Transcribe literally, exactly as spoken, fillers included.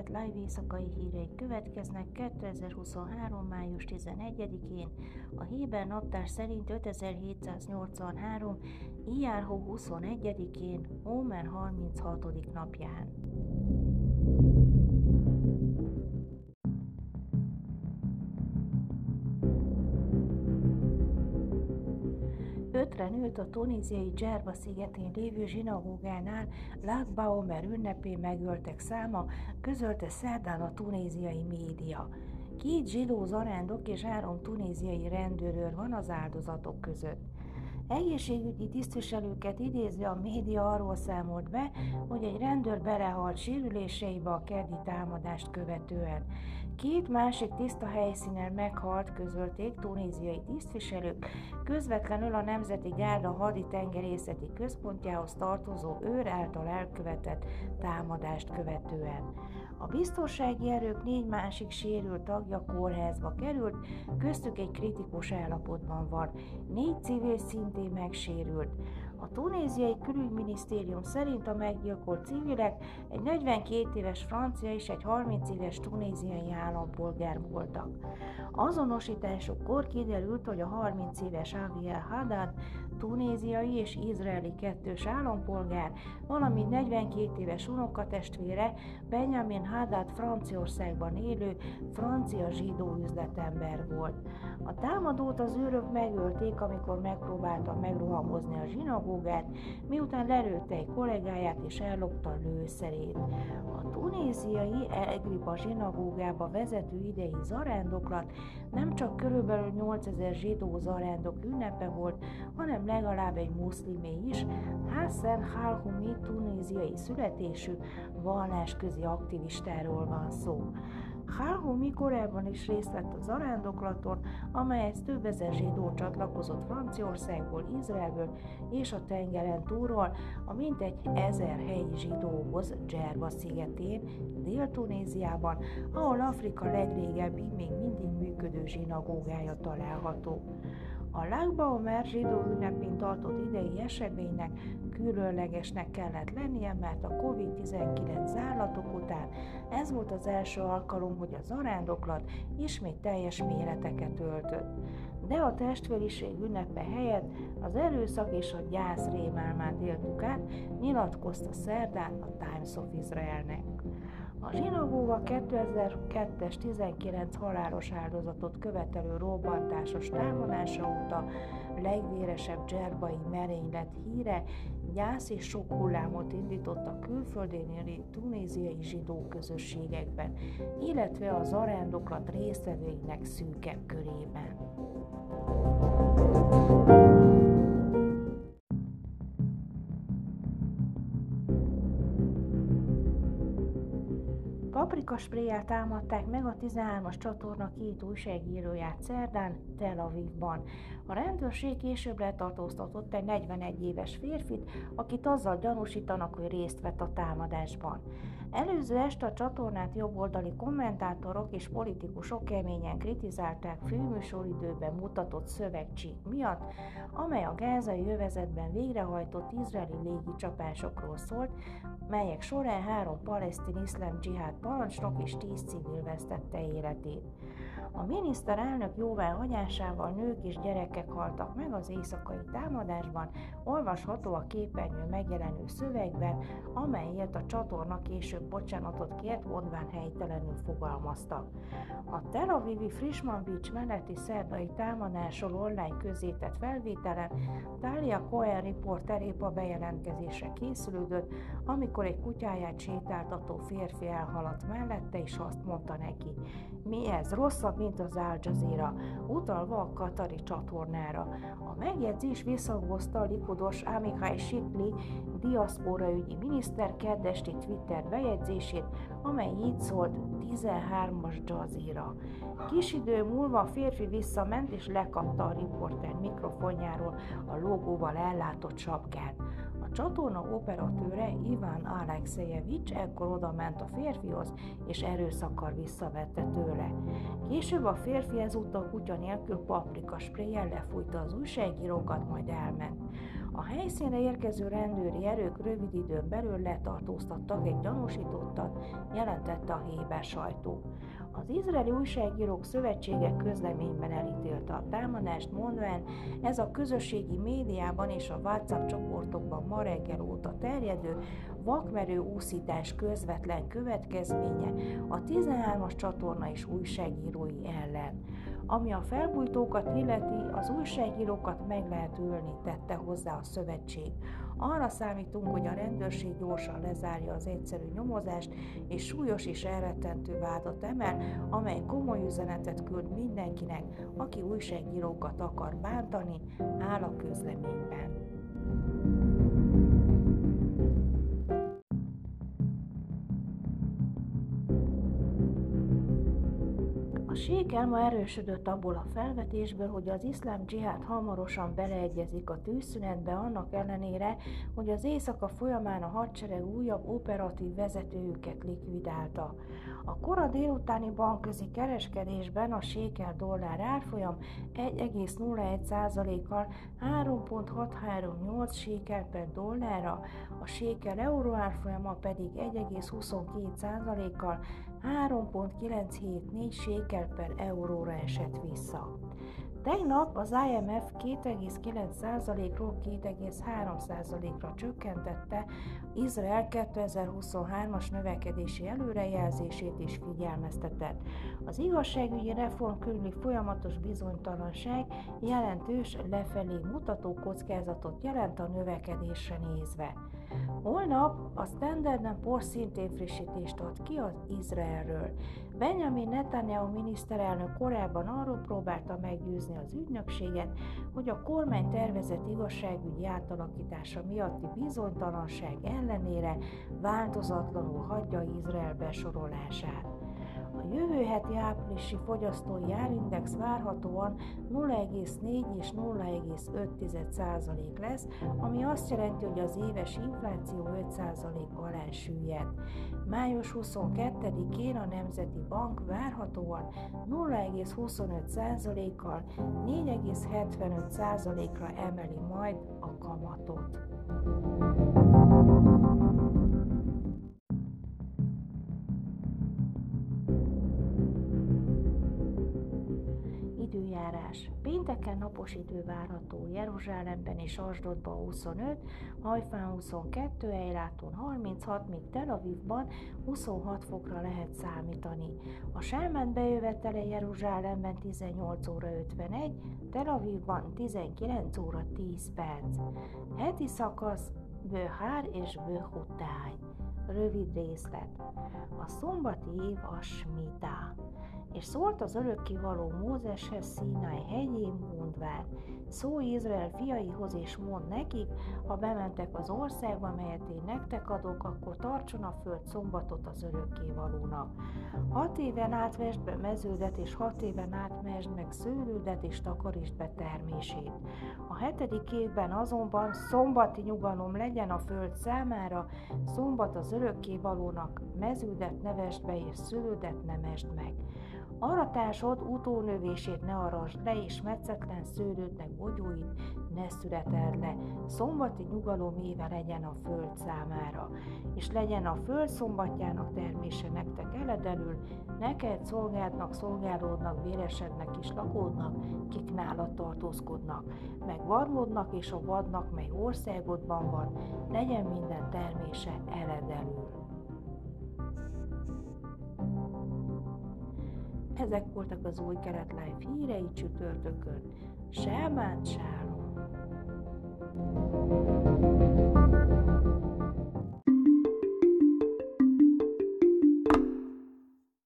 Internet live éjszakai hírei következnek kétezer-huszonhárom. május tizenegyedikén, a héber naptár szerint ötezer-hétszáznyolcvanhárom. ijár-hó huszonegyedikén, Ómer harminchatodik napján. Ötre nőtt a tunéziai Djerba szigetén lévő zsinagógánál Lag Baomer ünnepén megöltek száma, közölte szerdán a tunéziai média. Két zsidó zarándok és három tunéziai rendőrőr van az áldozatok között. Egészségügyi tisztviselőket idézve a média arról számolt be, hogy egy rendőr belehalt sérüléseibe a keddi támadást követően. Két másik tiszta helyszínen meghalt, közölték tunéziai tisztviselők, közvetlenül a Nemzeti Gárda haditengerészeti központjához tartozó őr által elkövetett támadást követően. A biztonsági erők négy másik sérült tagja kórházba került, köztük egy kritikus állapotban van. Négy civil szintén megsérült. A tunéziai külügyminisztérium szerint a meggyilkolt civilek egy negyvenkét éves francia és egy harminc éves tunéziai állampolgár voltak. Azonosításukkor kiderült, hogy a harminc éves Aviel Haddad tunéziai és izraeli kettős állampolgár, valamint negyvenkét éves unokatestvére Benjamin Haddad Franciaországban élő francia zsidó üzletember volt. A támadót az őrök megölték, amikor megpróbálta megrohamozni a zsinagógát, miután lelőtte egy kollégáját és ellopta lőszerét. A tunéziai Elgriba zsinagógába vezető idei zarándoklat nem csak körülbelül nyolcezer zsidó zarándok ünnepe volt, hanem legalább egy muszlimé is. Hassan Halhoumi tunéziai születésű vallásközi aktivistáról van szó. Halhoumi korábban is részt vett a zarándoklaton, amelyhez több ezer zsidó csatlakozott Franciaországból, Izraelből és a tengeren túlról a mintegy ezer helyi zsidóhoz Djerba szigetén, Dél-Tunéziában, ahol Afrika legrégebbi, még mindig működő zsinagógája található. A Lag Baomer zsidó ünnepén tartott idei eseménynek különlegesnek kellett lennie, mert a kovid tizenkilenc zárlatok után ez volt az első alkalom, hogy a zarándoklat ismét teljes méreteket öltött. De a testvériség ünnepe helyett az erőszak és a gyász rémálmát éltük át, nyilatkozta szerdán a Times of Israelnek. A zsinagóga kétezer-kettes tizenkilenc halálos áldozatot követelő robbantásos támadása óta legvéresebb djerbai merénylet híre, gyász és sok hullámot indított a külföldén élő tunéziai zsidó közösségekben, illetve a zarándoklat résztvevőinek szűkebb körében. Paprikaspréllyel támadták meg a tizenhármas csatorna két újságíróját szerdán Tel Avivban. A rendőrség később letartóztatott egy negyvenegy éves férfit, akit azzal gyanúsítanak, hogy részt vett a támadásban. Előző este a csatornát jobboldali kommentátorok és politikusok keményen kritizálták főműsoridőben mutatott szövegcsík miatt, amely a gázai övezetben végrehajtott izraeli légicsapásokról szólt, melyek során három palesztin iszlám dzsihád parancsnok és tíz civil vesztette életét. A miniszterelnök jóváhagyásával nők és gyerekek haltak meg az éjszakai támadásban, olvasható a képernyőn megjelenő szövegben, amelyért a csatorna később bocsánatot kért, mondván helytelenül fogalmaztak. A Tel Avivi Frishman Beach melletti szerdai támadásról online közzétett felvételen Talia Cohen riporter épp a bejelentkezésre készülődött, amikor egy kutyáját sétáltató férfi elhaladt mellette, és azt mondta neki: "Mi ez? Rosszabb, mint az Al Jazeera", utalva a katari csatornára. A megjegyzés visszhangozta a likudos Amichai Shikli diaszpóraügyi miniszter keddesti Twitter bejegyzését, amely így szólt: tizenhármas Jazeera. Kis idő múlva a férfi visszament és lekapta a riporter mikrofonjáról a logóval ellátott sapkát. A csatorna operatőre Ivan Alexejevics ekkor odament a férfihoz, és erőszakkal visszavette tőle. Később a férfi ezúttal kutya nélkül paprikaspréllyel lefújta az újságírókat, majd elment. A helyszínre érkező rendőri erők rövid időn belül letartóztattak egy gyanúsítottat, jelentette a héber sajtó. Az Izraeli Újságírók Szövetsége közleményben elítélte a támadást, mondván ez a közösségi médiában és a WhatsApp csoportokban ma reggel óta terjedő vakmerő úszítás közvetlen következménye a tizenhármas csatorna és újságírói ellen. Ami a felbújtókat illeti, az újságírókat meg lehet ölni, tette hozzá a szövetség. Arra számítunk, hogy a rendőrség gyorsan lezárja az egyszerű nyomozást, és súlyos és elrettentő vádat emel, amely komoly üzenetet küld mindenkinek, aki újságírókat akar bántani, áll a közleményben. A sékel ma erősödött abból a felvetésből, hogy az iszlám dzsihád hamarosan beleegyezik a tűzszünetbe, annak ellenére, hogy az éjszaka folyamán a hadsereg újabb operatív vezetőjüket likvidálta. A kora délutáni bankközi kereskedésben a sékel dollár árfolyam egy egész nulla egy százalékkal három egész hatszázharmincnyolc sékel per dollárra, a sékel euró árfolyama pedig egy egész huszonkettő százalékkal három egész kilencszázhetvennégy sékel per euróra esett vissza. Tegnap az I M F két egész kilenc százalékról két egész három százalékra csökkentette Izrael kétezer-huszonhármas növekedési előrejelzését is figyelmeztetett. Az igazságügyi reform körüli folyamatos bizonytalanság jelentős lefelé mutató kockázatot jelent a növekedésre nézve. Holnap a Standard and Poor's szintén frissítést ad ki az Izraelről. Benjamin Netanyahu miniszterelnök korábban arról próbálta meggyőzni az ügynökséget, hogy a kormány tervezett igazságügyi átalakítása miatti bizonytalanság ellenére változatlanul hagyja Izrael besorolását. A jövő heti áprilisi fogyasztói árindex várhatóan nulla egész négy és nulla egész öt százalék lesz, ami azt jelenti, hogy az éves infláció öt százalék alá süllyed. május huszonkettedikén a Nemzeti Bank várhatóan nulla egész huszonöt százalékkal négy egész hetvenöt százalékra emeli majd a kamatot. Időjárás. Pénteken napos idő várható, Jeruzsálemben és Asdodban huszonöt, Hajfán huszonkettő, Ejláton harminchat, míg Tel Avivban huszonhat fokra lehet számítani. A Sálmán bejövetele Jeruzsálemben tizennyolc óra ötvenegy, Tel Avivban tizenkilenc óra tíz perc. Heti szakasz Böhár és Böhutáj. Rövid részlet. A szombati év a Smita. És szólt az örökkévaló Mózeshez Színáj hegyén, mondván: szólj Izrael fiaihoz, és mondd nekik, ha bementek az országba, melyet én nektek adok, akkor tartson a föld szombatot az örökkévalónak. Hat éven át vesd be meződet, és hat éven át mesd meg szőlődet, és takarítsd be termését. A hetedik évben azonban szombati nyugalom legyen a föld számára, szombat az örökkévalónak, meződet ne vesd be, és szőlődet ne mesd meg. Aratásod utónövését ne arasd le, és metszetlen szőlődnek bogyóit ne szüreteld le. Szombati nyugalom éve legyen a föld számára, és legyen a föld szombatjának termése nektek eledelül, neked, szolgádnak, szolgálódnak, béresednek és lakódnak, kik nálad tartózkodnak, meg varmodnak és a vadnak, mely országodban van, legyen minden termése eledelül. Ezek voltak az Új Kelet Live hírei csütörtökön. Sábán sálom!